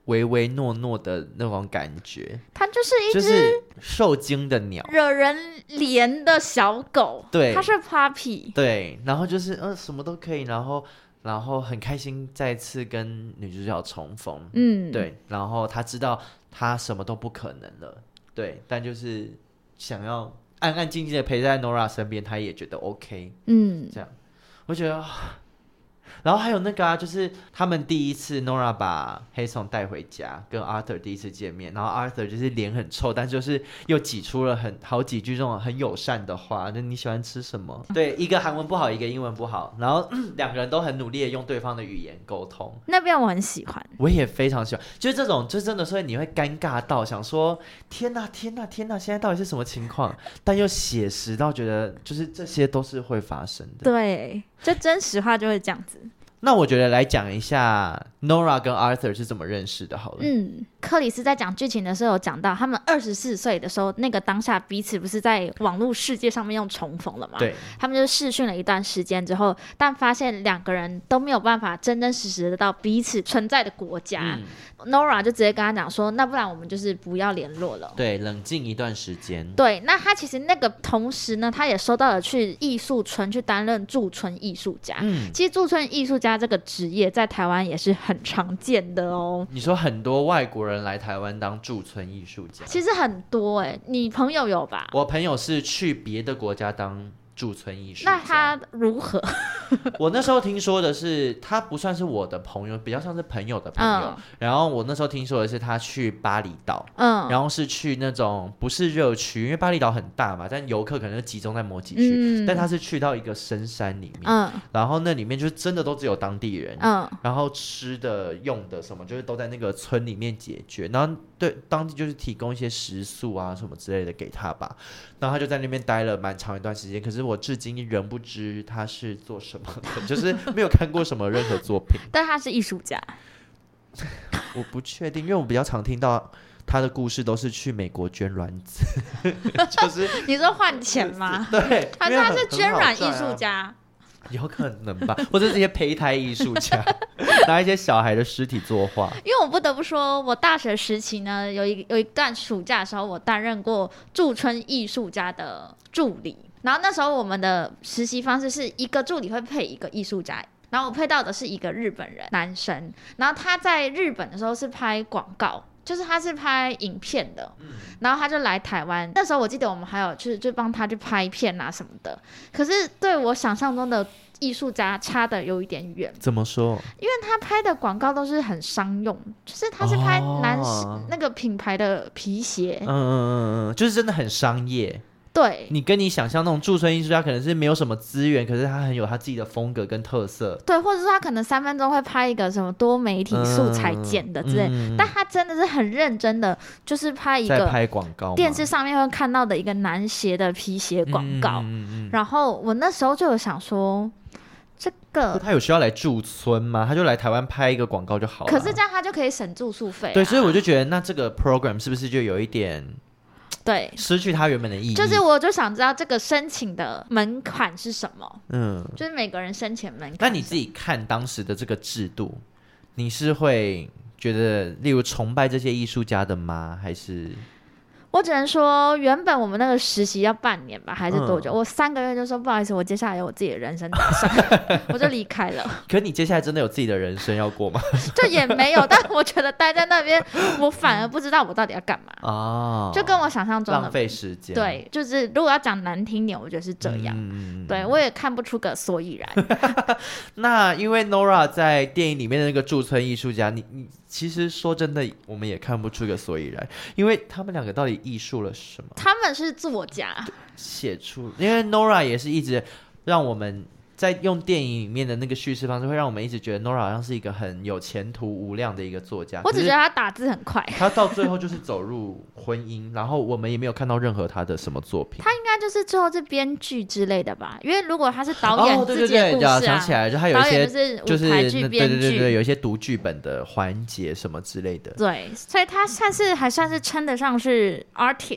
唯唯诺诺的那种感觉， 它就是一只、 就是受惊的鸟， 惹人怜的小狗。 对， 它是 puppy。 对，然后就是呃什么都可以，然后然后很开心再次跟女主角重逢。嗯，对，然后他知道他什么都不可能了，对，但就是想要安安静静的陪在 Nora 身边，他也觉得 OK。嗯，这样我觉得。然后还有那个啊，就是他们第一次 Nora 把黑松带回家，跟 Arthur 第一次见面，然后 Arthur 就是脸很臭，但就是又挤出了很好几句这种很友善的话，就你喜欢吃什么？对，一个韩文不好，一个英文不好，然后两个人都很努力的用对方的语言沟通。 那边我很喜欢， 我也非常喜欢，就是这种，就真的是你会尴尬到想说，天哪，天哪，天哪，现在到底是什么情况？但又写实到觉得，就是这些都是会发生的。 对，就真实话就会这样子。 那我觉得来讲一下 Nora 跟 Arthur 是怎么认识的好了。 嗯，克里斯在讲剧情的时候有讲到，他们二十四岁的时候，那个当下彼此不是在网络世界上面用重逢了吗？ 对， 他们就视讯了一段时间之后，但发现两个人都没有办法真真实实的到彼此存在的国家。嗯、Nora 就直接跟他讲说，那不然我们就是不要联络了， 对，冷静一段时间。 对，那他其实那个同时呢，他也收到了去艺术村去担任驻村艺术家。嗯，其实驻村艺术家这个职业在台湾也是很常见的哦。 你说很多外国人来台湾当驻村艺术家， 其实很多哎、欸，你朋友有吧？ 我朋友是去别的国家当驻村艺术家。 那他如何？ 我那时候听说的是，他不算是我的朋友，比较像是朋友的朋友。嗯、然后我那时候听说的是，他去巴厘岛，嗯，然后是去那种不是热区，因为巴厘岛很大嘛，但游客可能就集中在某几区，嗯、但他是去到一个深山里面，嗯，然后那里面就真的都只有当地人，嗯，然后吃的、用的什么，就是都在那个村里面解决，然后对当地就是提供一些食宿啊什么之类的给他吧，然后他就在那边待了蛮长一段时间，可是我至今仍不知他是做什么的，就是没有看过什么任何作品。 但他是艺术家， 我不确定，因为我比较常听到他的故事都是去美国捐卵子，就是你说换钱吗？ 对， 还是他是捐卵艺术家？ 有可能吧，或者这些胚胎艺术家拿一些小孩的尸体作画。 因为我不得不说，我大学时期呢，有一有一段暑假的时候，我担任过驻村艺术家的助理。然后那时候我们的实习方式是一个助理会配一个艺术家，然后我配到的是一个日本人男生，然后他在日本的时候是拍广告。就是他是拍影片的，嗯、然后他就来台湾。那时候我记得我们还有去就帮他去拍片啊什么的。可是对我想象中的艺术家差的有一点远。 怎么说？ 因为他拍的广告都是很商用，就是他是拍男、哦、那个品牌的皮鞋， 嗯嗯嗯嗯，就是真的很商业。 对， 你跟你想象那种驻村艺术家可能是没有什么资源，可是他很有他自己的风格跟特色。 对，或者说他可能三分钟会拍一个什么多媒体素材剪的之类，嗯嗯、但他真的是很认真的，就是拍一个在拍广告， 电视上面会看到的一个男鞋的皮鞋广告。嗯嗯嗯、然后我那时候就有想说，这个他有需要来驻村吗？他就来台湾拍一个广告就好了。 可是这样他就可以省住宿费、啊。 对，所以我就觉得那这个 program 是不是就有一点？ 对， 失去它原本的意义。 就是我就想知道这个申请的门槛是什么。嗯，就是每个人申请门槛。 那你自己看当时的这个制度，你是会觉得例如崇拜这些艺术家的吗？还是？ 我只能说，原本我们那个实习要半年吧，还是多久？嗯、我三个月就说不好意思，我接下来有我自己的人生打算，我就离开了。 可你接下来真的有自己的人生要过吗？ 就也没有，但我觉得待在那边，我反而不知道我到底要干嘛。哦，就跟我想象中的浪费时间。 对，就是如果要讲难听点，我觉得是这样。嗯、对，我也看不出个所以然。 那因为 Nora 在电影里面的那个驻村艺术家，你你。其实说真的，我们也看不出个所以然，因为他们两个到底艺术了什么？ 他们是作家， 写出，因为 Nora 也是一直让我们在用电影里面的那个叙事方式，会让我们一直觉得 Nora 好像是一个很有前途无量的一个作家。 我只觉得他打字很快， 他到最后就是走入婚姻，然后我们也没有看到任何他的什么作品。 他应该就是最后是编剧之类的吧？因为如果他是导演自己的故事、啊哦、对对对，想起来就他有一些就是舞台剧编剧， 对对对对，有一些读剧本的环节什么之类的。 对，所以他算是还算是称得上是 artist。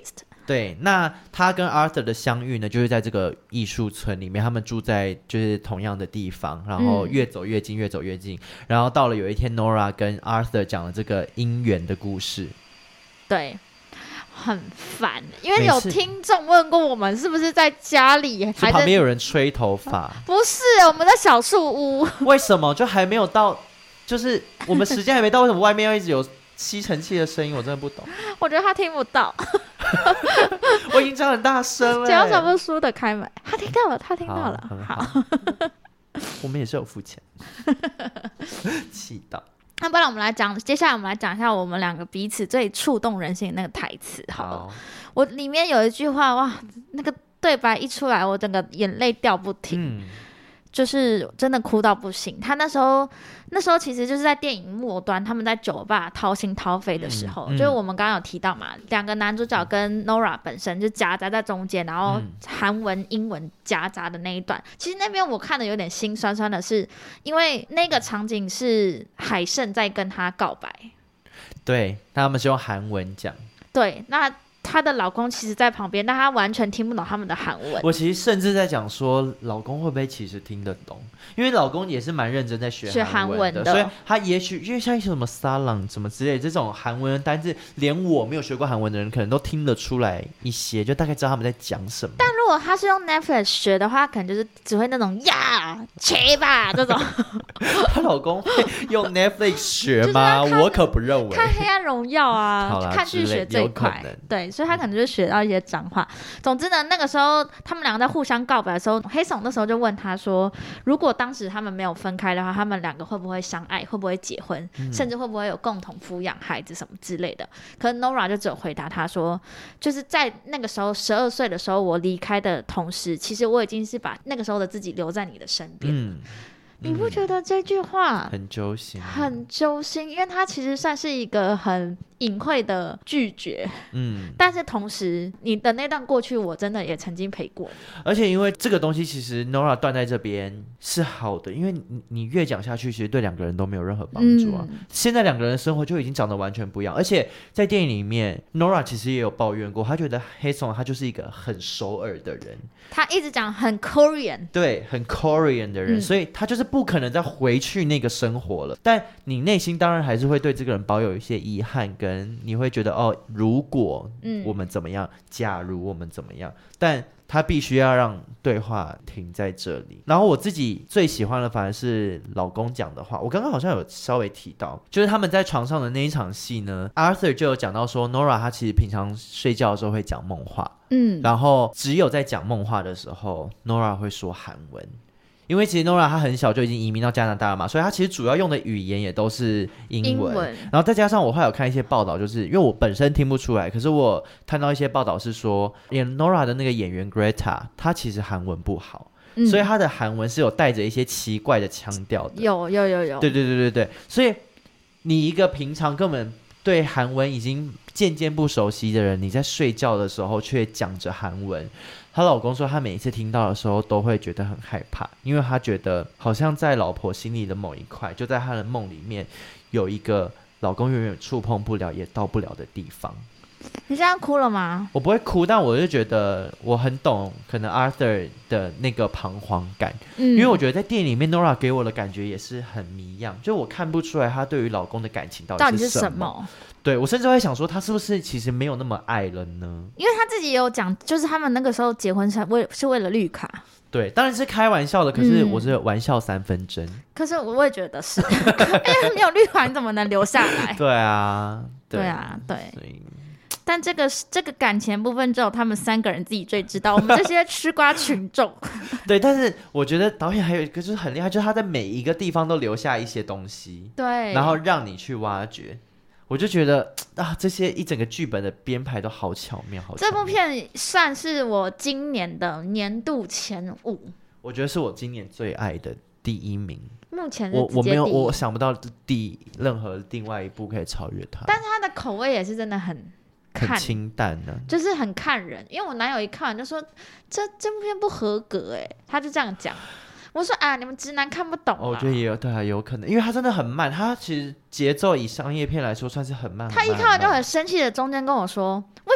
对，那他跟 Arthur 的相遇呢，就是在这个艺术村里面，他们住在就是同样的地方，然后越走越近，嗯、越走越近，然后到了有一天 Nora 跟 Arthur 讲了这个姻缘的故事。 对。很烦，因为有听众问过我们是不是在家里还在旁边有人吹头发。 不是，我们在小树屋。 为什么就还没有到，就是我们时间还没到，为什么外面要一直有吸尘器的声音？我真的不懂。 我觉得他听不到。 我已经讲很大声了。 只要什么书的开门，他听到了，他听到了。好, 好我们也是有付钱。气到。 那不然我们来讲，接下来我们来讲一下我们两个彼此最触动人心的那个台词好了。好，我里面有一句话，哇，那个对白一出来，我整个眼泪掉不停。嗯，就是真的哭到不行。他那时候那时候其实就是在电影末端，他们在酒吧掏心掏肺的时候，嗯嗯、就是我们刚刚有提到嘛，两个男主角跟 Nora 本身就夹杂在中间，然后韩文英文夹杂的那一段，其实那边我看的有点心酸酸的是，因为那个场景是海胜在跟他告白， 对，他们是用韩文讲， 对，那她的老公其实在旁边，但他完全听不懂他们的韩文。 我其实甚至在讲说，老公会不会其实听得懂？因为老公也是蛮认真在学韩文 的, 文的所以他也许因为像一些什么沙朗什么之类的这种韩文单字，连我没有学过韩文的人可能都听得出来一些，就大概知道他们在讲什么。 但如果他是用 Netflix 学的话，可能就是只会那种呀切吧这种。 她老公会用 Netflix 学吗？我可不认为。 看《黑暗荣耀》啊，看剧学最快。对，所以他可能就学到一些脏话。总之呢，那个时候他们两个在互相告白的时候，黑怂那时候就问他说，如果当时他们没有分开的话，他们两个会不会相爱，会不会结婚、嗯、甚至会不会有共同抚养孩子什么之类的。可是 Nora 就只有回答他说，就是在那个时候十二岁的时候我离开的同时，其实我已经是把那个时候的自己留在你的身边、嗯你不觉得这句话很揪心？ 很揪心，因为它其实算是一个很隐晦的拒绝，嗯，但是同时你的那段过去，我真的也曾经陪过。 而且因为这个东西，其实 Nora 断在这边是好的，因为 你, 你越讲下去，其实对两个人都没有任何帮助啊、嗯。现在两个人的生活就已经长得完全不一样，而且在电影里面 ，Nora 其实也有抱怨过，她觉得黑松他就是一个很首尔的人， 他一直讲很 Korean， 对，很 Korean 的人，嗯、所以他就是不可能再回去那个生活了。但你内心当然还是会对这个人保有一些遗憾，跟你会觉得哦，如果我们怎么样、嗯、假如我们怎么样，但他必须要让对话停在这里。然后我自己最喜欢的反而是老公讲的话，我刚刚好像有稍微提到，就是他们在床上的那一场戏呢， Arthur 就有讲到说 Nora 他其实平常睡觉的时候会讲梦话，嗯，然后只有在讲梦话的时候 Nora 会说韩文。因为其实 Nora 她很小就已经移民到加拿大了嘛，所以她其实主要用的语言也都是英文, 英文然后再加上我后来有看一些报道，就是因为我本身听不出来，可是我看到一些报道是说演 Nora 的那个演员 Greta 她其实韩文不好、嗯、所以她的韩文是有带着一些奇怪的腔调的， 有有有有对对对对对，所以你一个平常根本对韩文已经渐渐不熟悉的人，你在睡觉的时候却讲着韩文，她老公说他每一次听到的时候都会觉得很害怕，因为他觉得好像在老婆心里的某一块，就在他的梦里面有一个老公永远触碰不了也到不了的地方。 你现在哭了吗？ 我不会哭，但我就觉得我很懂可能 Arthur 的那个彷徨感、嗯、因为我觉得在电影里面 Nora 给我的感觉也是很迷样，就我看不出来她对于老公的感情到底是什么，到底是什么，对，我甚至会想说她是不是其实没有那么爱了呢？ 因为她自己也有讲，就是他们那个时候结婚是为是为了绿卡， 对，当然是开玩笑的，可是我是玩笑三分真、嗯、 可是我也觉得是因为没有绿卡你怎么能留下来？ 对啊 对, 对啊对，所以但这个这个感情部分只有他们三个人自己最知道，我们这些吃瓜群众对，但是我觉得导演还有一个就是很厉害，就是他在每一个地方都留下一些东西， 对， 然后让你去挖掘。我就觉得啊，这些一整个剧本的编排都好巧妙，好巧妙。 这部片算是我今年的年度前五， 我觉得是我今年最爱的第一名。 目前是直接第一， 我我没有，我想不到第任何另外一部可以超越它。 但是它的口味也是真的很很清淡呢、啊， 就是很看人。因为我男友一看完就说这这部片不合格哎，他就这样讲。我说啊，你们直男看不懂、啊。 哦，我觉得也有，对啊，有可能，因为他真的很慢，他其实节奏以商业片来说算是很慢。 他一看完就很生气的，中间跟我说，为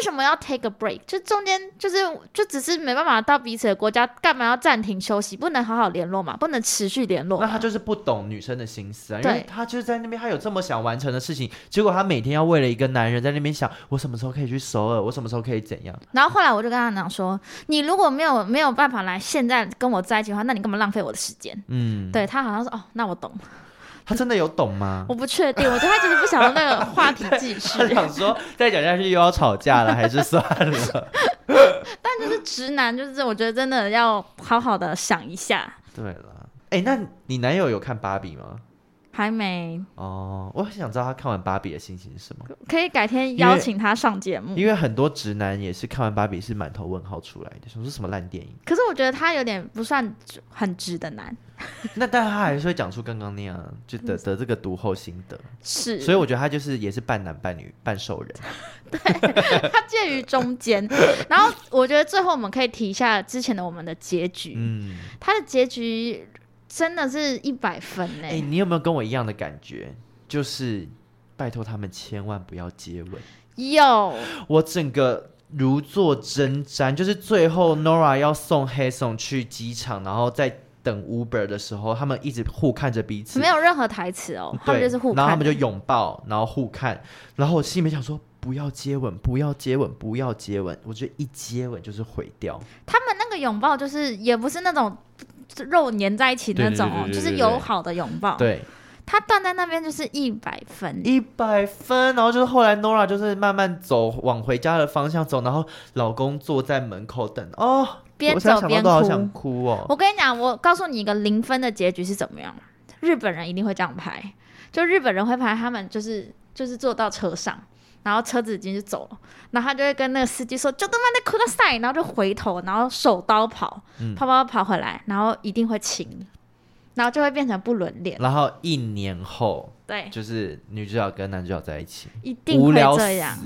什么要 take a break？ 就中间就是就只是没办法到彼此的国家，干嘛要暂停休息？不能好好联络嘛？不能持续联络？ 那他就是不懂女生的心思啊，因为他就是在那边，他有这么想完成的事情，结果他每天要为了一个男人在那边想，我什么时候可以去首尔？我什么时候可以怎样？ 然后后来我就跟他讲说，你如果没有没有办法来现在跟我在一起的话，那你干嘛浪费我的时间？嗯，对他好像说哦，那我懂。 他真的有懂吗？ 我不确定，我觉得他其实不想要那个话题继续。 他想说再讲下去又要吵架了，还是算了。 但就是直男，就是我觉得真的要好好的想一下。 对了，哎、欸，那你男友有看芭比吗？ 还没哦，我很想知道他看完芭比的心情是什么。 可以改天邀请他上节目， 因为很多直男也是看完芭比是满头问号出来的，想说什么烂电影。 可是我觉得他有点不算很直的男。 那但他还是会讲出刚刚那样就得得这个读后心得， 是， 所以我觉得他就是也是半男半女半兽人。 对，他介于中间。然后我觉得最后我们可以提一下之前的我们的结局，嗯，他的结局真的是一百分呢。哎、 欸，你有没有跟我一样的感觉？就是拜托他们千万不要接吻。 有， 我整个如坐针毡，就是最后 Nora 要送 Haesung 去机场，然后再等 Uber 的时候，他们一直互看着彼此， 没有任何台词哦，他们就是互看， 然后他们就拥抱，然后互看，然后我心里面想说不要接吻，不要接吻，不要接吻，我觉得一接吻就是毁掉。 他们那个拥抱就是也不是那种肉粘在一起那种哦，就是友好的拥抱。 对， 他断在那边就是一百分， 一百分。然后就是后来 Nora 就是慢慢走往回家的方向走，然后老公坐在门口等哦。 边走边哭， 我好想哭哦！ 我跟你讲，我告诉你一个零分的结局是怎么样。日本人一定会这样拍，就日本人会拍他们就是就是坐到车上，然后车子已经是走了，然后他就会跟那个司机说就他妈的哭到塞，然后就回头，然后手刀跑，嗯、跑跑跑回来，然后一定会亲，然后就会变成不伦恋。 然后一年后， 对， 就是女主角跟男主角在一起， 一定会这样。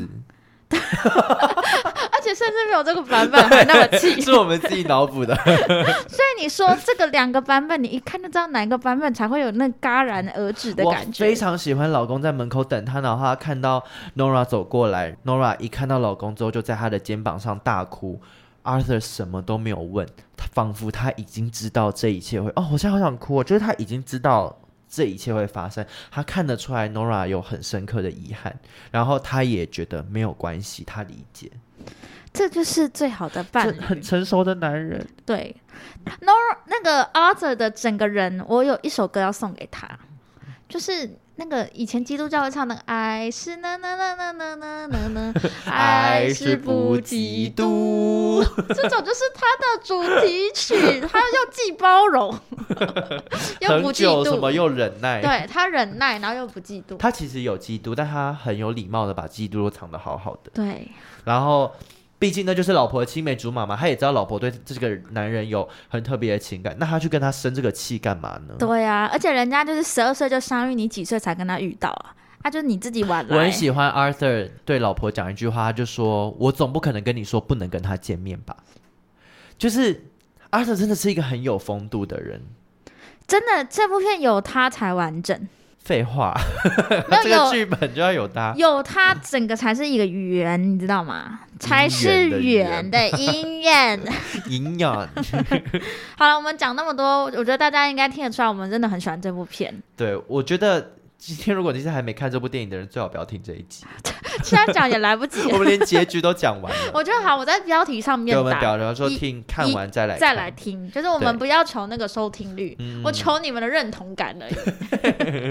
而且甚至没有这个版本还那么气， 是我们自己脑补的。 所以你说这个两个版本，你一看就知道哪个版本才会有那戛然而止的感觉。 我非常喜欢老公在门口等他，然后他看到 Nora 走过来 ，Nora 一看到老公之后就在他的肩膀上大哭。Arthur 什么都没有问，他仿佛他已经知道这一切会哦，我现在好想哭，我觉得他已经知道这一切会发生，他看得出来 Nora 有很深刻的遗憾，然后他也觉得没有关系，他理解， 这就是最好的伴侣， 很成熟的男人。 对 Nora 那个 Arthur 的整个人，我有一首歌要送给他，就是那个以前基督教会唱的爱是那那那那那那那那爱是不嫉妒，这种就是他的主题曲，他又既包容又不嫉妒， 什么又忍耐， 对，他忍耐然后又不嫉妒， 他其实有嫉妒，但他很有礼貌的把嫉妒都藏得好好的。 对， 然后毕竟那就是老婆的青梅竹马嘛，他也知道老婆对这个男人有很特别的情感，那他去跟他生这个气干嘛呢？ 对啊，而且人家就是十二岁就相遇，你几岁才跟他遇到啊？他、啊、就是你自己晚来。 我很喜欢 Arthur 对老婆讲一句话，他就说：“我总不可能跟你说不能跟他见面吧？”就是 Arthur 真的是一个很有风度的人， 真的，这部片有他才完整。 废话，这个剧本就要有他， 有他整个才是一个圆，你知道吗？才是圆的姻缘， 营养。 好了，我们讲那么多，我觉得大家应该听得出来，我们真的很喜欢这部片。 对，我觉得今天如果你是还没看这部电影的人，最好不要听这一集。 现在讲也来不及， 我们连结局都讲完了。 我觉得好，我在标题上面打， 对，我们表达说听看完再来看再来听，就是我们不要求那个收听率，嗯、我求你们的认同感而已。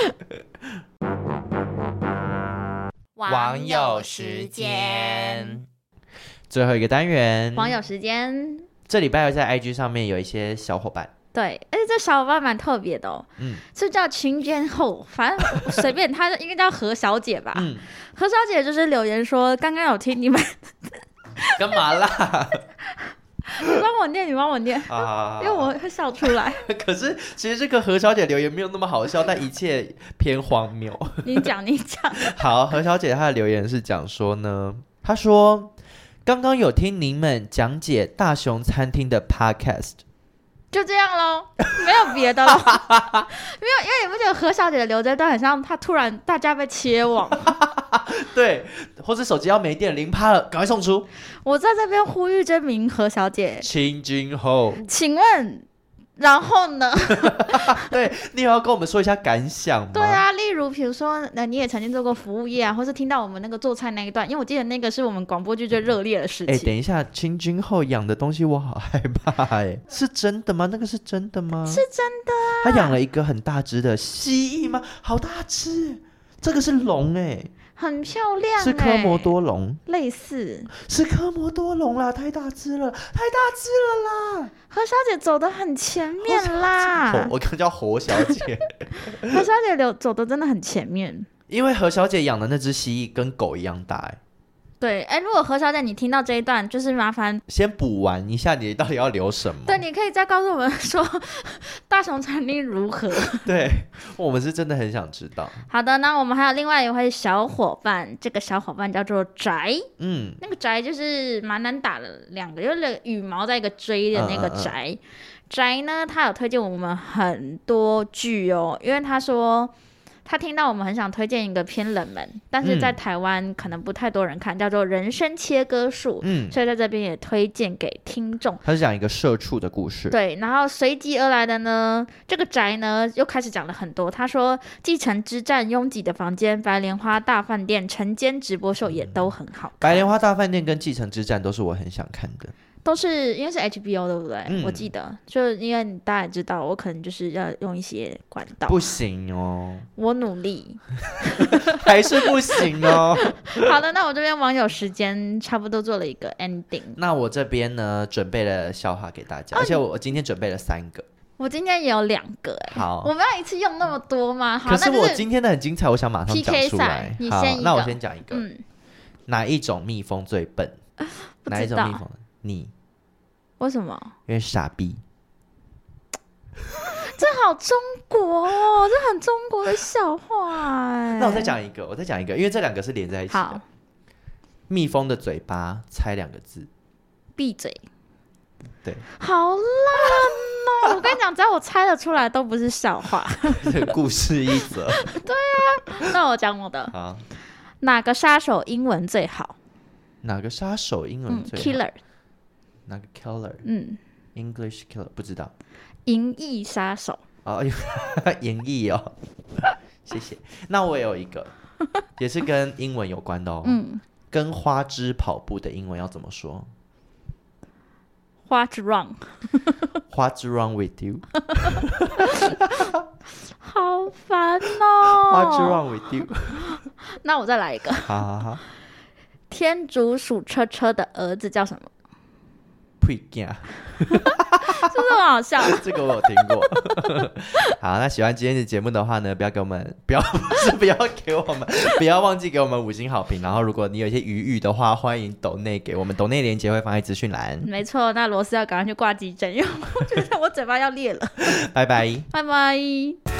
网友时间，最后一个单元， 网友时间。 这礼拜在 I G 上面有一些小伙伴。 对，而且这小伙伴蛮特别的哦，嗯，是叫群间后，反正随便，他应该叫何小姐吧。嗯，何小姐就是留言说，刚刚有听你们干嘛啦？ 你帮我念，你帮我念，啊、因为我会笑出来。 可是其实这个何小姐留言没有那么好笑，但一切偏荒谬。 你讲，你讲。 好，何小姐她的留言是讲说呢，她说刚刚有听您们讲解大熊餐厅的 podcast。 就这样咯，没有别的咯。没有，因为你不觉得何小姐留这段很像她突然大家被切网对，或者手机要没电零趴了，赶快送出。 我在这边呼吁这名何小姐， 清君后， 请问然后呢？ 对，你有要跟我们说一下感想吗？ 对啊，例如比如说呃，你也曾经做过服务业啊，或是听到我们那个做菜那一段，因为我记得那个是我们广播剧最热烈的事情。 哎，等一下，清君后养的东西我好害怕哎，是真的吗？那个是真的吗？ 是真的啊。 他养了一个很大只的蜥蜴吗？好大只，这个是龙哎。 很漂亮、欸， 是科摩多龙， 类似是科摩多龙啦，太大只了，太大只了啦！ 何小姐走得很前面啦， 我刚叫何小姐， 何小姐流走的真的很前面， 因为何小姐养的那只蜥蜴跟狗一样大哎。 对，哎，如果何小姐你听到这一段，就是麻烦先补完一下，你到底要留什么？ 对，你可以再告诉我们说大熊餐厅如何？ 对，我们是真的很想知道。 好的，那我们还有另外一位小伙伴，这个小伙伴叫做宅，嗯，那个宅就是蛮难打的，两个就是羽毛在一个追的那个宅。嗯嗯嗯宅呢，他有推荐我们很多剧哦，因为他说。他听到我们很想推荐一个偏冷门，但是在台湾可能不太多人看，嗯、叫做《人生切割术》，嗯，所以在这边也推荐给听众。 他是讲一个社畜的故事， 对。然后随即而来的呢，这个宅呢又开始讲了很多。他说，《继承之战》、拥挤的房间、白莲花大饭店、晨间直播秀也都很好看。 白莲花大饭店跟继承之战都是我很想看的。 都是因为是 H B O 对不对、嗯、我记得就因为大家也知道我可能就是要用一些管道， 不行哦， 我努力还是不行哦。 好的，那我这边网友时间差不多做了一个 ending， 那我这边呢准备了笑话给大家、哦、而且我今天准备了三个， 我今天也有两个哎， 好， 我们要一次用那么多吗？好， 可是我今天的很精彩，我想马上讲出来。 你先一个， 那我先讲一个、嗯、哪一种蜜蜂最笨、呃、哪一种蜜蜂？你为什么？ 因为傻逼。 这好中国哦，这很中国的笑话哎。 那我再讲一个，我再讲一个，因为这两个是连在一起的。好，蜜蜂的嘴巴猜两个字， 闭嘴。 对， 好烂哦！我跟你讲，只要我猜得出来，都不是笑话。 故事一则。 对啊，那我讲我的。好，哪个杀手英文最好？ 哪个杀手英文最好、嗯、 ？Killer。 哪个 killer？ 嗯 ，English killer 不知道。 银翼杀手。 哦，银翼哦，谢谢。那我也有一个，也是跟英文有关的哦。嗯，跟花枝跑步的英文要怎么说 ？What's wrong？ What's wrong with you？ 好烦哦 ！What's wrong with you？ 那我再来一个。 好好好。 天竺鼠车车的儿子叫什么？ 屁囝。 是不是很好笑？ 这个我有听过。好，那喜欢今天的节目的话呢，不要给我们，不要不是不要给我们，不要忘记给我们五星好评。然后，如果你有一些余裕的话，欢迎抖内给我们，抖内连结会放在资讯栏。 没错，那罗斯要赶快去挂急诊，因为我觉得我嘴巴要裂了。 拜拜， 拜拜。